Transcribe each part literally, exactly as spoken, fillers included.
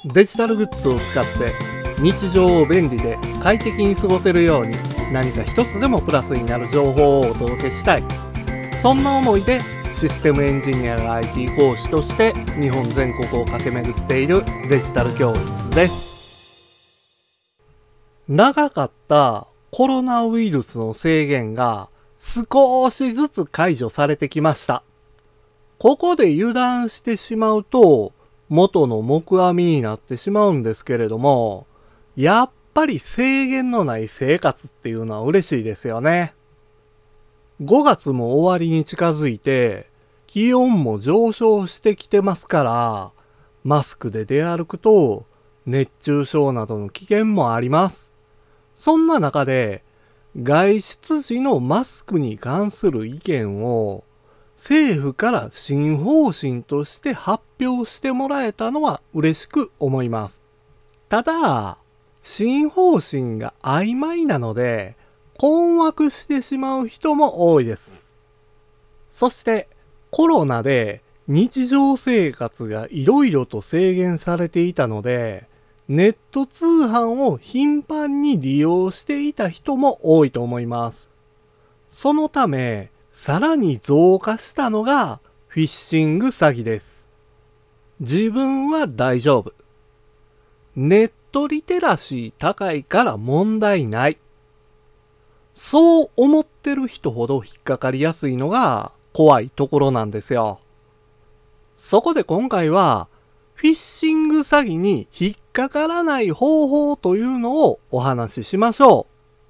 デジタルグッズを使って日常を便利で快適に過ごせるように何か一つでもプラスになる情報をお届けしたい。そんな思いでシステムエンジニアが アイティー 講師として日本全国を駆け巡っているデジタル教室です。長かったコロナウイルスの制限が少しずつ解除されてきました。ここで油断してしまうと元の木阿弥になってしまうんですけれども、やっぱり制限のない生活っていうのは嬉しいですよね。ごがつも終わりに近づいて気温も上昇してきてますから、マスクで出歩くと熱中症などの危険もあります。そんな中で外出時のマスクに関する意見を政府から新方針として発表してもらえたのは嬉しく思います。ただ、新方針が曖昧なので困惑してしまう人も多いです。そしてコロナで日常生活がいろいろと制限されていたので、ネット通販を頻繁に利用していた人も多いと思います。そのため、さらに増加したのがフィッシング詐欺です。自分は大丈夫。ネットリテラシー高いから問題ない。そう思ってる人ほど引っかかりやすいのが怖いところなんですよ。そこで今回はフィッシング詐欺に引っかからない方法というのをお話ししましょう。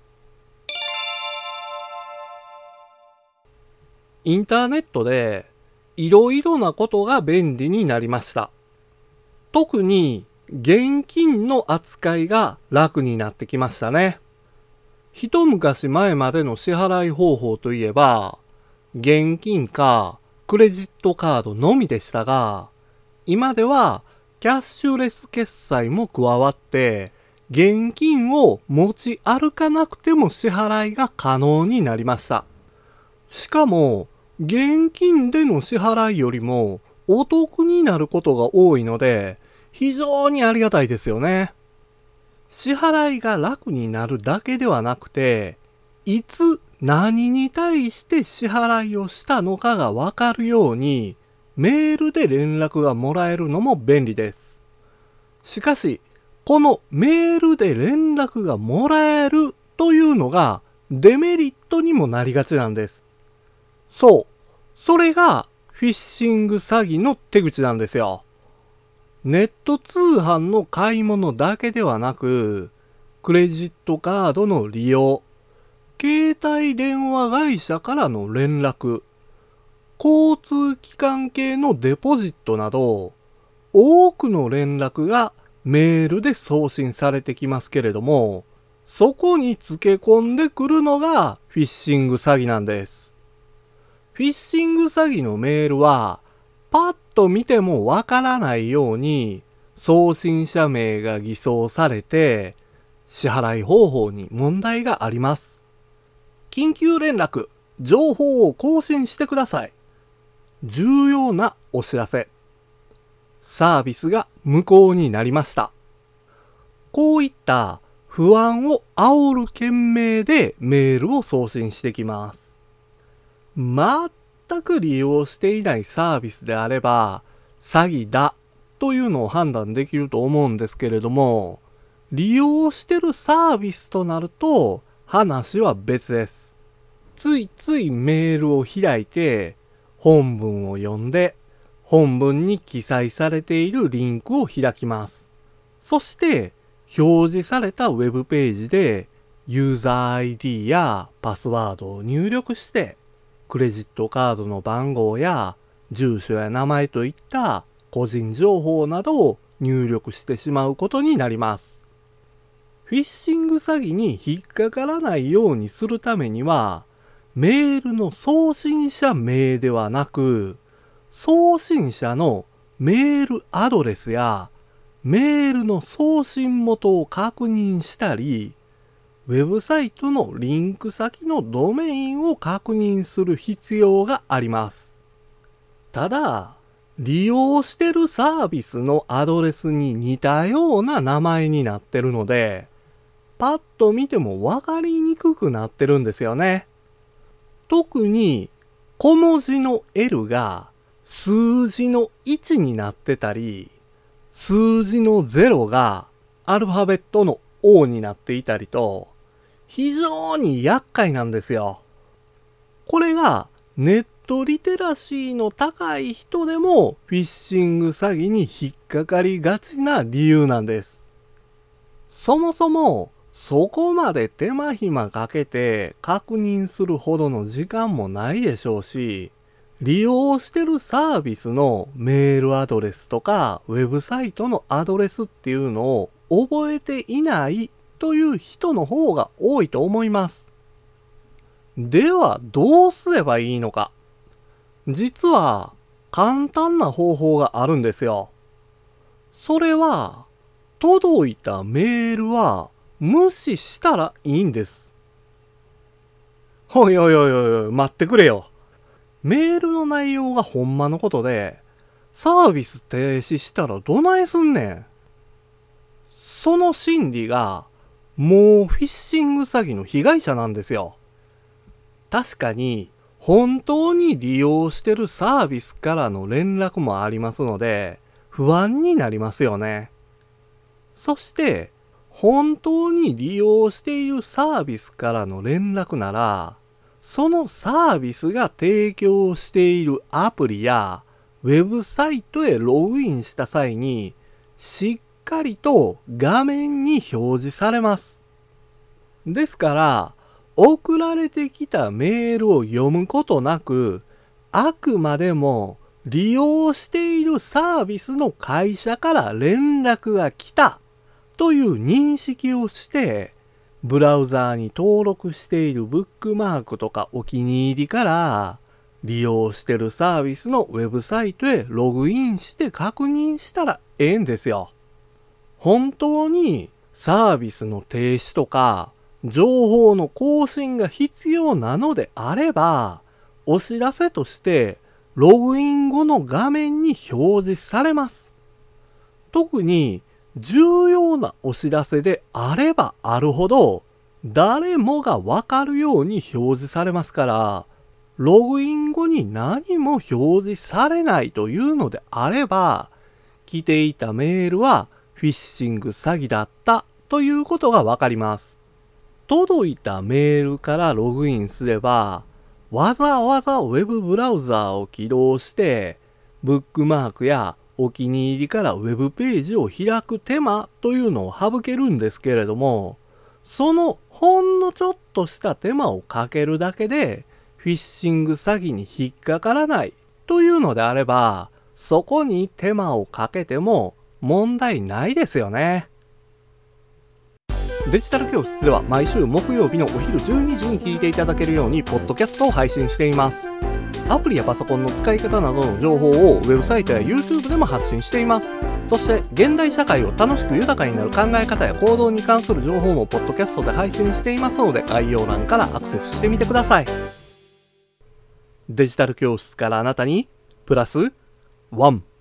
インターネットでいろいろなことが便利になりました。特に現金の扱いが楽になってきましたね。一昔前までの支払い方法といえば、現金かクレジットカードのみでしたが、今ではキャッシュレス決済も加わって、現金を持ち歩かなくても支払いが可能になりました。しかも、現金での支払いよりもお得になることが多いので、非常にありがたいですよね。支払いが楽になるだけではなくて、いつ何に対して支払いをしたのかがわかるように、メールで連絡がもらえるのも便利です。しかし、このメールで連絡がもらえるというのがデメリットにもなりがちなんです。そう。それがフィッシング詐欺の手口なんですよ。ネット通販の買い物だけではなく、クレジットカードの利用、携帯電話会社からの連絡、交通機関系のデポジットなど、多くの連絡がメールで送信されてきますけれども、そこにつけ込んでくるのがフィッシング詐欺なんです。フィッシング詐欺のメールは、パッと見てもわからないように、送信者名が偽装されて、支払い方法に問題があります。緊急連絡、情報を更新してください。重要なお知らせ。サービスが無効になりました。こういった不安を煽る件名でメールを送信してきます。全く利用していないサービスであれば詐欺だというのを判断できると思うんですけれども、利用してるサービスとなると話は別です。ついついメールを開いて本文を読んで本文に記載されているリンクを開きます。そして表示されたウェブページでユーザー アイディー やパスワードを入力してクレジットカードの番号や住所や名前といった個人情報などを入力してしまうことになります。フィッシング詐欺に引っかからないようにするためには、メールの送信者名ではなく、送信者のメールアドレスやメールの送信元を確認したり、ウェブサイトのリンク先のドメインを確認する必要があります。ただ、 利用してるサービスのアドレスに似たような名前になってるので、パッと見てもわかりにくくなってるんですよね。特に小文字の エル が数字のいちになってたり、数字のゼロがアルファベットの オー になっていたりと、非常に厄介なんですよ。これがネットリテラシーの高い人でもフィッシング詐欺に引っかかりがちな理由なんです。そもそもそこまで手間暇かけて確認するほどの時間もないでしょうし、利用してるサービスのメールアドレスとかウェブサイトのアドレスっていうのを覚えていないという人の方が多いと思います。ではどうすればいいのか。実は簡単な方法があるんですよ。それは届いたメールは無視したらいいんです。おいおいおいおい、待ってくれよ。メールの内容がほんまのことで、サービス停止したらどないすんねん。その心理が、もうフィッシング詐欺の被害者なんですよ。確かに、本当に利用してるサービスからの連絡もありますので、不安になりますよね。そして、本当に利用しているサービスからの連絡なら、そのサービスが提供しているアプリやウェブサイトへログインした際に、しっかりと画面に表示されます。ですから、送られてきたメールを読むことなく、あくまでも利用しているサービスの会社から連絡が来たという認識をして、ブラウザーに登録しているブックマークとかお気に入りから利用しているサービスのウェブサイトへログインして確認したらええんですよ。本当にサービスの停止とか情報の更新が必要なのであれば、お知らせとしてログイン後の画面に表示されます。特に重要なお知らせであればあるほど、誰もがわかるように表示されますから、ログイン後に何も表示されないというのであれば、来ていたメールはフィッシング詐欺だったということがわかります。届いたメールからログインすれば、わざわざウェブブラウザーを起動して、ブックマークやお気に入りからウェブページを開く手間というのを省けるんですけれども、そのほんのちょっとした手間をかけるだけでフィッシング詐欺に引っかからないというのであれば、そこに手間をかけても問題ないですよね。デジタル教室では毎週木曜日のお昼じゅうにじに聞いていただけるようにポッドキャストを配信しています。アプリやパソコンの使い方などの情報をウェブサイトや YouTube でも発信しています。そして現代社会を楽しく豊かになる考え方や行動に関する情報もポッドキャストで配信していますので、概要欄からアクセスしてみてください。デジタル教室からあなたにプラスワン。